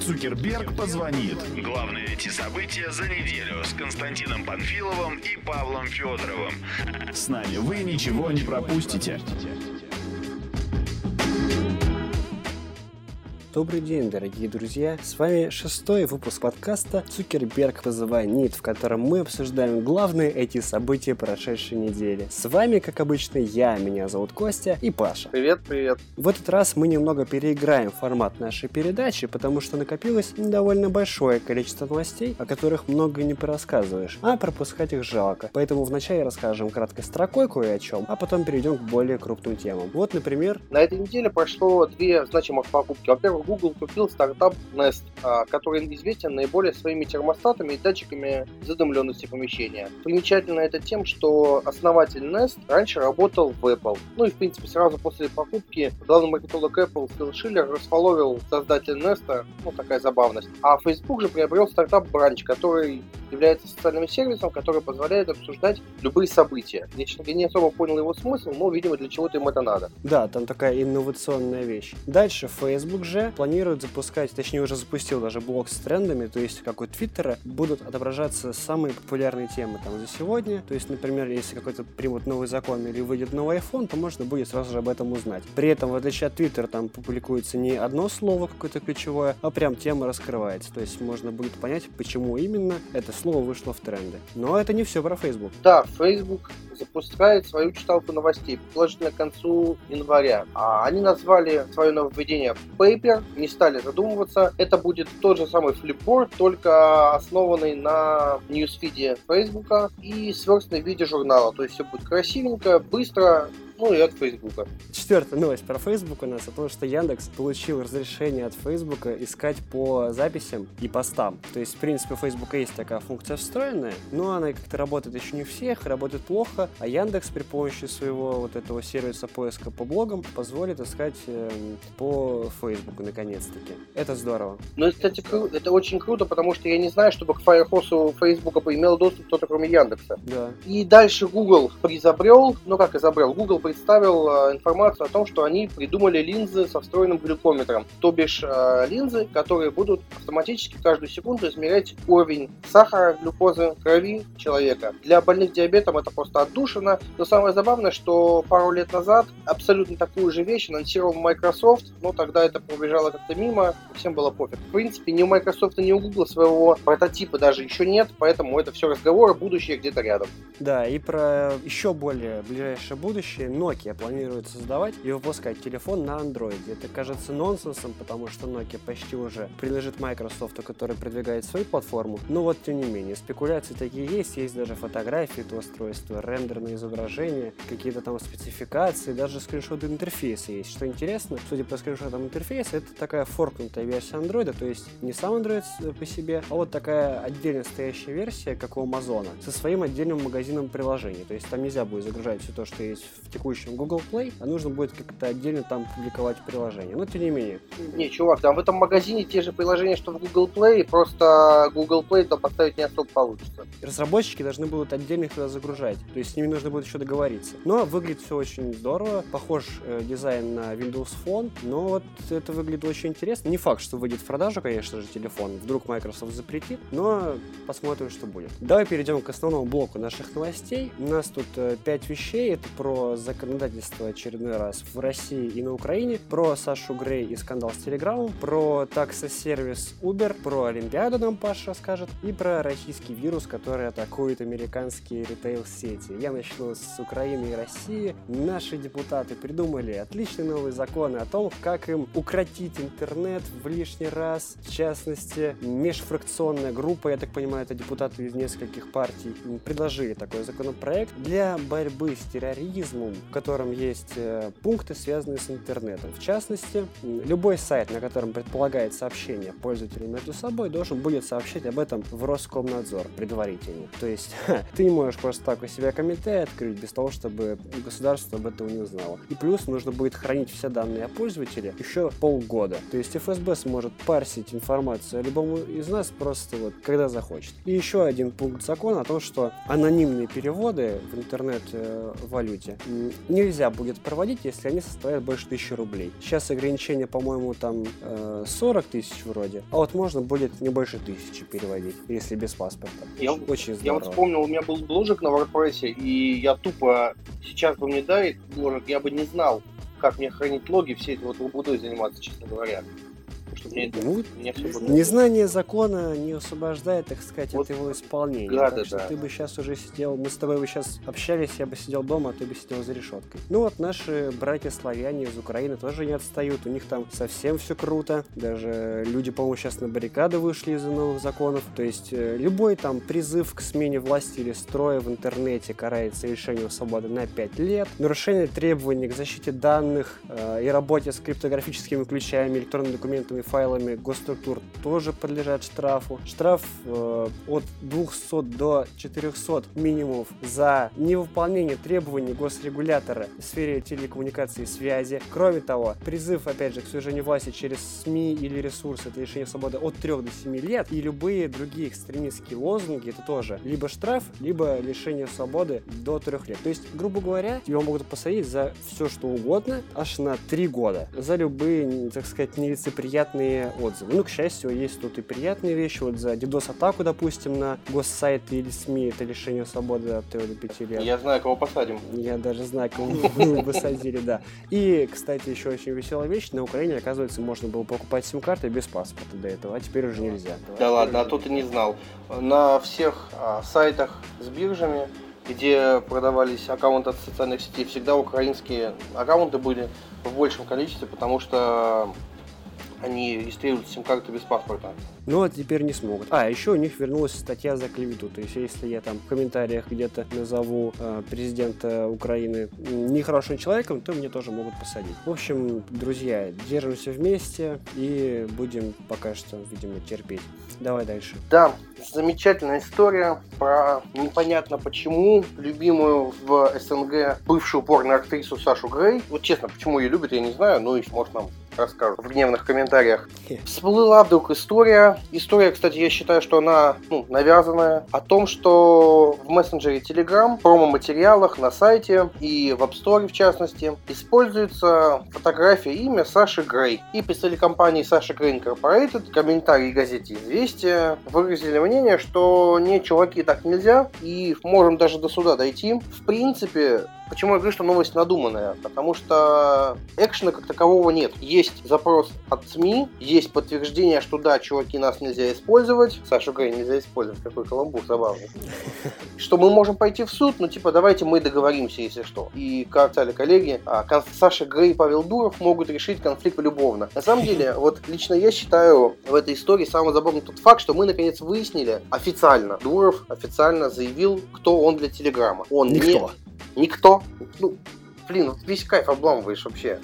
Цукерберг позвонит. Главные IT-события за неделю с Константином Панфиловым и Павлом Федоровым. С нами вы ничего не пропустите. Добрый день, дорогие друзья! С вами 6-й выпуск подкаста «Цукерберг позвонит», в котором мы обсуждаем главные эти события прошедшей недели. С вами, как обычно, меня зовут Костя и Паша. Привет. В этот раз мы немного переиграем формат нашей передачи, потому что накопилось довольно большое количество новостей, о которых много не порассказываешь, а пропускать их жалко. Поэтому вначале расскажем краткой строкой кое о чем, а потом перейдем к более крупным темам. Вот, например... На этой неделе прошло две значимых покупки. Во-первых, Google купил стартап Nest, который известен наиболее своими термостатами и датчиками задымленности помещения. Примечательно это тем, что основатель Nest раньше работал в Apple. Ну и в принципе сразу после покупки главный маркетолог Apple Фил Шиллер расфоловил создателя Nest, такая забавность. А Facebook же приобрел стартап Branch, который является социальным сервисом, который позволяет обсуждать любые события. Я не особо понял его смысл, но, видимо, для чего-то им это надо. Да, там такая инновационная вещь. Дальше Facebook же планирует запускать, точнее уже запустил даже блог с трендами, то есть как у Твиттера будут отображаться самые популярные темы там за сегодня. То есть, например, если какой-то примут новый закон или выйдет новый iPhone, то можно будет сразу же об этом узнать. При этом, в отличие от Твиттера, там публикуется не одно слово какое-то ключевое, а прям тема раскрывается. То есть можно будет понять, почему именно это слово вышло в тренды. Но это не все про Facebook. Да, Facebook запускает свою читалку новостей, положительно к концу января. Они назвали свое нововведение Paper, не стали задумываться. Это будет тот же самый Flipboard, только основанный на ньюсфиде Facebook и сверстанный в виде журнала. То есть все будет красивенько, быстро. И от Фейсбука. Четвертая новость про Facebook у нас о том, что Яндекс получил разрешение от Фейсбука искать по записям и постам. То есть, в принципе, у Фейсбука есть такая функция встроенная, но она как-то работает еще не у всех, работает плохо, а Яндекс при помощи своего вот этого сервиса поиска по блогам позволит искать по Фейсбуку наконец-таки. Это здорово. Кстати, это очень круто, потому что я не знаю, чтобы к Firefox у Фейсбука имел доступ кто-то кроме Яндекса. Да. И дальше Google Google представил информацию о том, что они придумали линзы со встроенным глюкометром, то бишь линзы, которые будут автоматически каждую секунду измерять уровень сахара, глюкозы в крови человека. Для больных диабетом это просто отдушина, но самое забавное, что пару лет назад абсолютно такую же вещь анонсировал Microsoft, но тогда это пробежало как-то мимо, и всем было пофиг. В принципе, ни у Microsoft, ни у Google своего прототипа даже еще нет, поэтому это все разговоры, будущее где-то рядом. Да, и про еще более ближайшее будущее Nokia планирует создавать и выпускать телефон на Android. Это кажется нонсенсом, потому что Nokia почти уже принадлежит Microsoft, который продвигает свою платформу. Но вот, тем не менее, спекуляции такие есть даже фотографии этого устройства, рендерные изображения, какие-то там спецификации, даже скриншоты интерфейса есть. Что интересно, судя по скриншотам интерфейса, это такая форкнутая версия Android, то есть не сам Android по себе, а вот такая отдельно стоящая версия, как у Amazon, со своим отдельным магазином приложений. То есть там нельзя будет загружать все то, что есть в текущем Google Play, а нужно будет как-то отдельно там публиковать приложение. Но тем не менее. Не, чувак, там в этом магазине те же приложения, что в Google Play, просто Google Play там поставить не особо получится. Разработчики должны будут отдельно их туда загружать, то есть с ними нужно будет еще договориться. Но выглядит все очень здорово, похож дизайн на Windows Phone, но вот это выглядит очень интересно. Не факт, что выйдет в продажу, конечно же, телефон, вдруг Microsoft запретит, но посмотрим, что будет. Давай перейдем к основному блоку наших новостей. У нас тут 5 вещей, это про законодательство очередной раз в России и на Украине, про Сашу Грей и скандал с Телеграмом, про таксосервис Uber, про Олимпиаду нам Паша расскажет, и про российский вирус, который атакует американские ритейл-сети. Я начну с Украины и России. Наши депутаты придумали отличный новый закон о том, как им укротить интернет в лишний раз. В частности, межфракционная группа, я так понимаю, это депутаты из нескольких партий, предложили такой законопроект для борьбы с терроризмом, в котором есть пункты, связанные с интернетом. В частности, любой сайт, на котором предполагается общение пользователей между собой, должен будет сообщить об этом в Роскомнадзор предварительно. То есть ты не можешь просто так у себя комментарий открыть без того, чтобы государство об этом не узнало. И плюс нужно будет хранить все данные о пользователе еще полгода. То есть ФСБ сможет парсить информацию о любому из нас просто вот когда захочет. И еще один пункт закона о том, что анонимные переводы в интернет-валюте нельзя будет проводить, если они составляют больше 1000 рублей. Сейчас ограничение, по-моему, там 40 тысяч вроде, а вот можно будет не больше 1000 переводить, если без паспорта. Очень здорово. Я вот вспомнил, у меня был бложик на WordPress, и я тупо, сейчас бы мне дали бложик, я бы не знал, как мне хранить логи, все это вот буду заниматься, честно говоря. Незнание закона не освобождает, так сказать, от его исполнения. Гады, так что ты бы сейчас уже сидел, мы с тобой бы сейчас общались, я бы сидел дома, а ты бы сидел за решеткой. Ну вот наши братья-славяне из Украины тоже не отстают, у них там совсем все круто. Даже люди, по-моему, сейчас на баррикады вышли из-за новых законов. То есть любой там призыв к смене власти или строя в интернете карается лишением свободы на 5 лет. Нарушение требований к защите данных и работе с криптографическими ключами, электронными документами, файлами госструктур тоже подлежат штрафу. Штраф от 200 до 400 минимумов за невыполнение требований госрегулятора в сфере телекоммуникации и связи. Кроме того, призыв, опять же, к свержению власти через СМИ или ресурсы — это лишение свободы от 3 до 7 лет. И любые другие экстремистские лозунги — это тоже либо штраф, либо лишение свободы до 3 лет. То есть, грубо говоря, тебя могут посадить за все, что угодно, аж на 3 года. За любые, так сказать, нелицеприятные отзывы. Ну, к счастью, есть тут и приятные вещи. Вот за DDoS-атаку, допустим, на госсайты или СМИ — это лишение свободы от 3 до 5 лет. Я знаю, кого посадим. Я даже знаю, кого вы посадили, да. И, кстати, еще очень веселая вещь. На Украине, оказывается, можно было покупать сим-карты без паспорта до этого, а теперь уже нельзя. Да ладно, а то ты не знал. На всех сайтах с биржами, где продавались аккаунты от социальных сетей, всегда украинские аккаунты были в большем количестве, потому что они регистрируют сим-карты без паспорта. Ну, а теперь не смогут. А, еще у них вернулась статья за клевету. То есть, если я там в комментариях где-то назову президента Украины нехорошим человеком, то мне тоже могут посадить. В общем, друзья, держимся вместе и будем пока что, видимо, терпеть. Давай дальше. Да, замечательная история про непонятно почему любимую в СНГ бывшую порно-актрису Сашу Грей. Вот честно, почему ее любят, я не знаю, но еще, может, нам расскажут в гневных комментариях. Всплыла вдруг история. История, кстати, я считаю, что она навязанная. О том, что в мессенджере Telegram, в промо-материалах на сайте и в App Store, в частности, используется фотография и имя Саши Грей. И представители компании Саша Грей Incorporated, комментарии газете «Известия» выразили мнение, что нет, чуваки, так нельзя, и можем даже до суда дойти. В принципе, почему я говорю, что новость надуманная? Потому что экшена как такового нет. Есть запрос от СМИ, есть подтверждение, что да, чуваки, нас нельзя использовать. Сашу Грей нельзя использовать, какой каламбур забавный. Что мы можем пойти в суд, давайте мы договоримся, если что. И, как сказали коллеги, Саша Грей и Павел Дуров могут решить конфликт любовно. На самом деле, вот лично я считаю в этой истории самым забавным тот факт, что мы наконец выяснили официально. Дуров официально заявил, кто он для Телеграма. Он Никто. Весь кайф обламываешь вообще.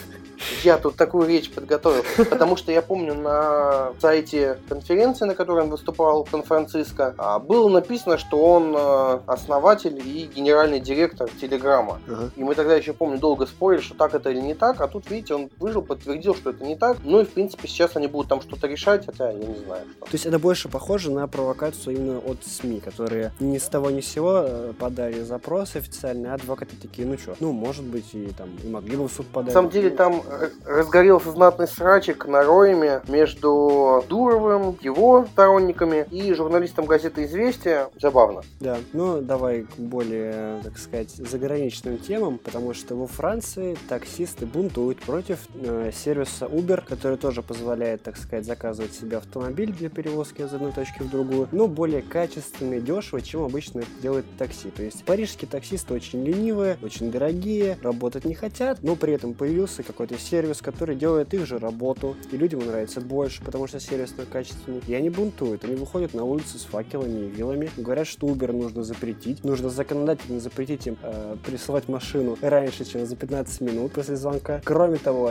Я тут такую речь подготовил, потому что я помню на сайте конференции, на которой он выступал в Сан-Франциско, было написано, что он основатель и генеральный директор Телеграма. И мы тогда еще, помню, долго спорили, что так это или не так, а тут, видите, он выжил, подтвердил, что это не так. Ну и, в принципе, сейчас они будут там что-то решать, хотя я не знаю, что. То есть это больше похоже на провокацию именно от СМИ, которые ни с того ни с сего подали запрос официальный, а адвокаты такие, может быть, и могли бы в суд подать. На самом деле там разгорелся знатный срачик на Роеме между Дуровым, его сторонниками и журналистом газеты «Известия». Забавно. Да, давай к более, так сказать, заграничным темам, потому что во Франции таксисты бунтуют против сервиса Uber, который тоже позволяет, так сказать, заказывать себе автомобиль для перевозки из одной точки в другую, но более качественно и дешево, чем обычно это делает такси. То есть парижские таксисты очень ленивые, очень дорогие, работать не хотят, но при этом появился какой-то сервис, который делает их же работу, и людям нравится больше, потому что сервис качественный. И они бунтуют, они выходят на улицу с факелами и вилами, говорят, что Uber нужно запретить, нужно законодательно запретить им присылать машину раньше, чем за 15 минут после звонка. Кроме того,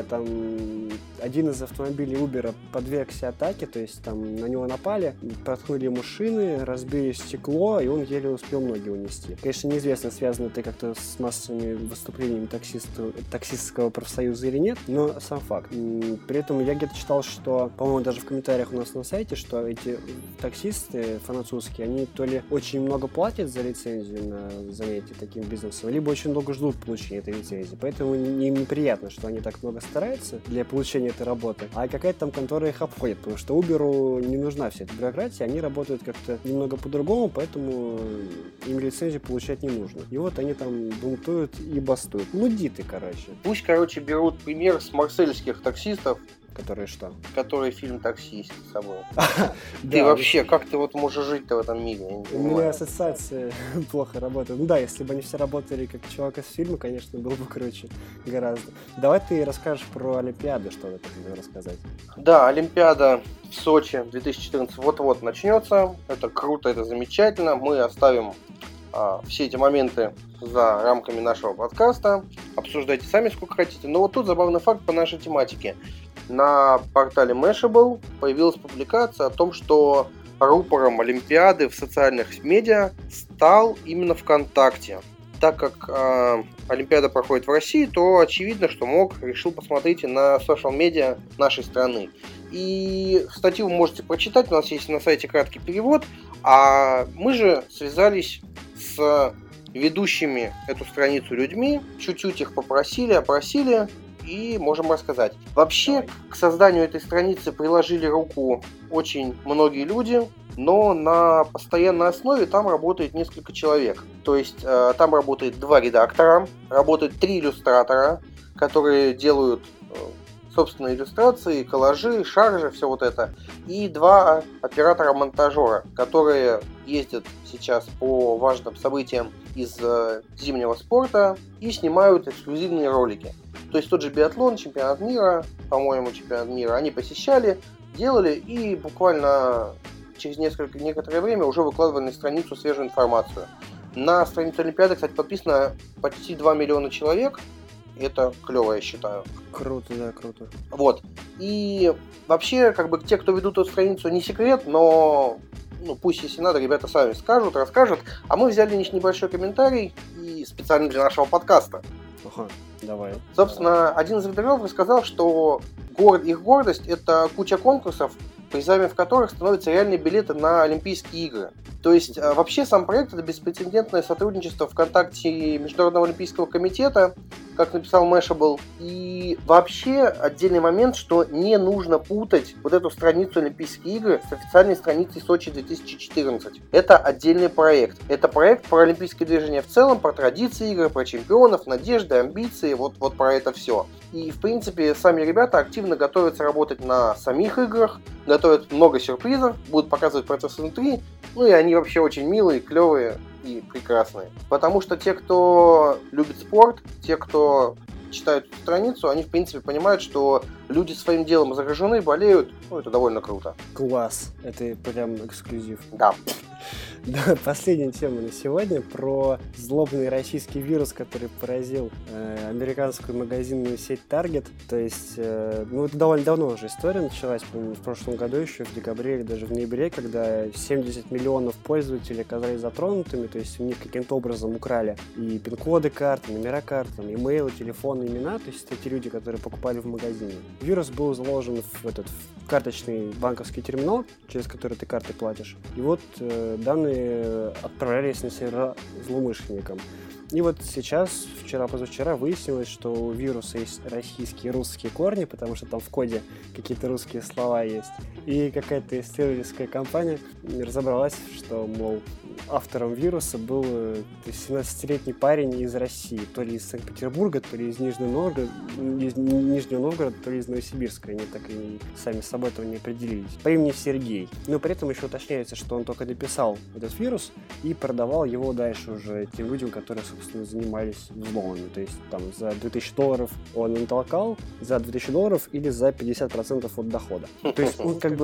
один из автомобилей Uber подвергся атаке, то есть на него напали, проткнули ему шины, разбили стекло, и он еле успел ноги унести. Конечно, неизвестно, связано это как-то с массовыми выступлениями таксистского профсоюза или нет, но сам факт. При этом я где-то читал, что, по-моему, даже в комментариях у нас на сайте, что эти таксисты французские, они то ли очень много платят за лицензию на занятие таким бизнесом, либо очень долго ждут получения этой лицензии. Поэтому им неприятно, что они так много стараются для получения этой работы, а какая-то там контора их обходит, потому что Uber не нужна вся эта бюрократия, они работают как-то немного по-другому, поэтому им лицензию получать не нужно. И вот они там бунтуют и бастуют. Лудиты, короче. Пусть, берут пример с марсельских таксистов, Которые что? Который фильм «Таксист» собой. Ты вообще, как ты вот можешь жить-то в этом мире? У меня ассоциация плохо работает. Ну да, если бы они все работали как чувак из фильма, конечно, было бы круче гораздо. Давай ты расскажешь про Олимпиаду, что ты хотел рассказать. Да, Олимпиада в Сочи 2014 вот-вот начнется. Это круто, это замечательно. Мы оставим все эти моменты за рамками нашего подкаста. Обсуждайте сами сколько хотите. Но вот тут забавный факт по нашей тематике. На портале Mashable появилась публикация о том, что рупором Олимпиады в социальных медиа стал именно ВКонтакте. Так как Олимпиада проходит в России, то очевидно, что МОК решил посмотреть на социал-медиа нашей страны. И статью вы можете прочитать, у нас есть на сайте краткий перевод, а мы же связались с ведущими эту страницу людьми, чуть-чуть их попросили, опросили, и можем рассказать. Вообще, к созданию этой страницы приложили руку очень многие люди, но на постоянной основе там работает несколько человек. То есть там работает 2 редактора, работает 3 иллюстратора, которые делают собственные иллюстрации, коллажи, шаржи, все вот это. И 2 оператора-монтажера, которые ездят сейчас по важным событиям из зимнего спорта и снимают эксклюзивные ролики. То есть тот же биатлон, чемпионат мира, по-моему, чемпионат мира, они посещали, делали и буквально через некоторое время уже выкладывали на страницу свежую информацию. На страницу Олимпиады, кстати, подписано почти 2 миллиона человек. Это клево, я считаю. Круто, да, круто. Вот. И вообще, те, кто ведут эту страницу, не секрет, но пусть, если надо, ребята сами скажут, расскажут. А мы взяли небольшой комментарий и специально для нашего подкаста. Ага, давай. Собственно, один из редакторов рассказал, что их гордость – это куча конкурсов, призами в которых становятся реальные билеты на Олимпийские игры. То есть, вообще, сам проект – это беспрецедентное сотрудничество ВКонтакте Международного Олимпийского комитета, как написал Mashable. И вообще, отдельный момент, что не нужно путать вот эту страницу Олимпийские игры с официальной страницей Сочи 2014. Это отдельный проект. Это проект про олимпийское движение в целом, про традиции игр, про чемпионов, надежды, амбиции, вот про это все. И, в принципе, сами ребята активно готовятся работать на самих играх, готовят много сюрпризов, будут показывать процесс внутри, и они вообще очень милые, клевые и прекрасные. Потому что те, кто любит спорт, те, кто читают эту страницу, они, в принципе, понимают, что люди своим делом заражены, болеют, это довольно круто. Класс, это прям эксклюзив. Да. Да, последняя тема на сегодня про злобный российский вирус, который поразил американскую магазинную сеть Target. То есть, это довольно давно уже история началась, по-моему, в прошлом году еще, в декабре или даже в ноябре, когда 70 миллионов пользователей оказались затронутыми, то есть у них каким-то образом украли и пин-коды карт, и номера карт, имейлы, телефоны, имена, то есть эти люди, которые покупали в магазине. Вирус был заложен в карточный банковский терминал, через который ты карты платишь. И вот данные отправлялись на сервера злоумышленникам. И вот сейчас, вчера-позавчера выяснилось, что у вируса есть российские и русские корни, потому что там в коде какие-то русские слова есть. И какая-то исследовательская компания разобралась, что, мол, автором вируса был 17-летний парень из России, то ли из Санкт-Петербурга, то ли из Нижнего Новгорода, то ли из Новосибирска. Они так и сами с собой этого не определились. По имени Сергей. Но при этом еще уточняется, что он только написал этот вирус и продавал его дальше уже тем людям, которые, собственно, занимались взломами. То есть там за $2000 он натолкал, за $2000 или за 50% от дохода. То есть он как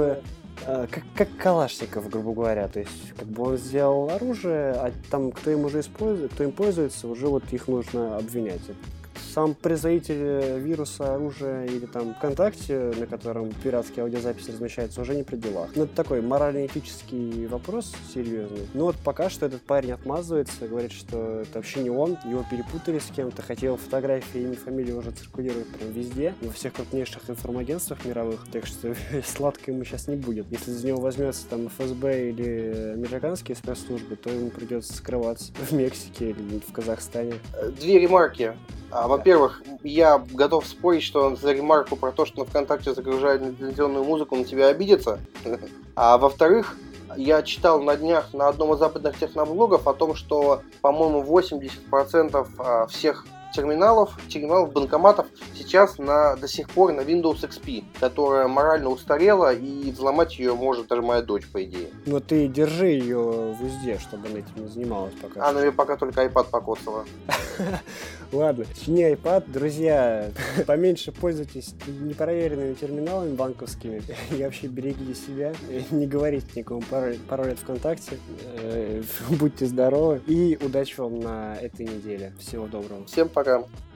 Калашников, грубо говоря. То есть он сделал оружие, а там кто им пользуется, уже вот их нужно обвинять. сам производитель вируса, оружия или там ВКонтакте, на котором пиратские аудиозаписи размещаются, уже не при делах. Ну, это такой морально-этический вопрос серьезный. Но вот пока что этот парень отмазывается, говорит, что это вообще не он, его перепутали с кем-то, хотя его фотографии, имя, фамилия уже циркулируют прям везде, во всех крупнейших информагентствах мировых, так что сладко ему сейчас не будет. Если за него возьмется там ФСБ или американские спецслужбы, то ему придется скрываться в Мексике или в Казахстане. Две ремарки. Во-первых, я готов спорить, что за ремарку про то, что на ВКонтакте загружают лицензионную музыку, на тебя обидится. А во-вторых, я читал на днях на одном из западных техноблогов о том, что, по-моему, 80% всех терминалов, банкоматов сейчас до сих пор на Windows XP, которая морально устарела, и взломать ее может даже моя дочь, по идее. Но ты держи ее в узде, чтобы она этим не занималась пока. Она мне пока только iPad покоцала. Ладно, чини iPad, друзья, поменьше пользуйтесь непроверенными терминалами банковскими и вообще берегите себя, не говорите никому пароль от ВКонтакте, будьте здоровы и удачи вам на этой неделе. Всего доброго. Всем пока.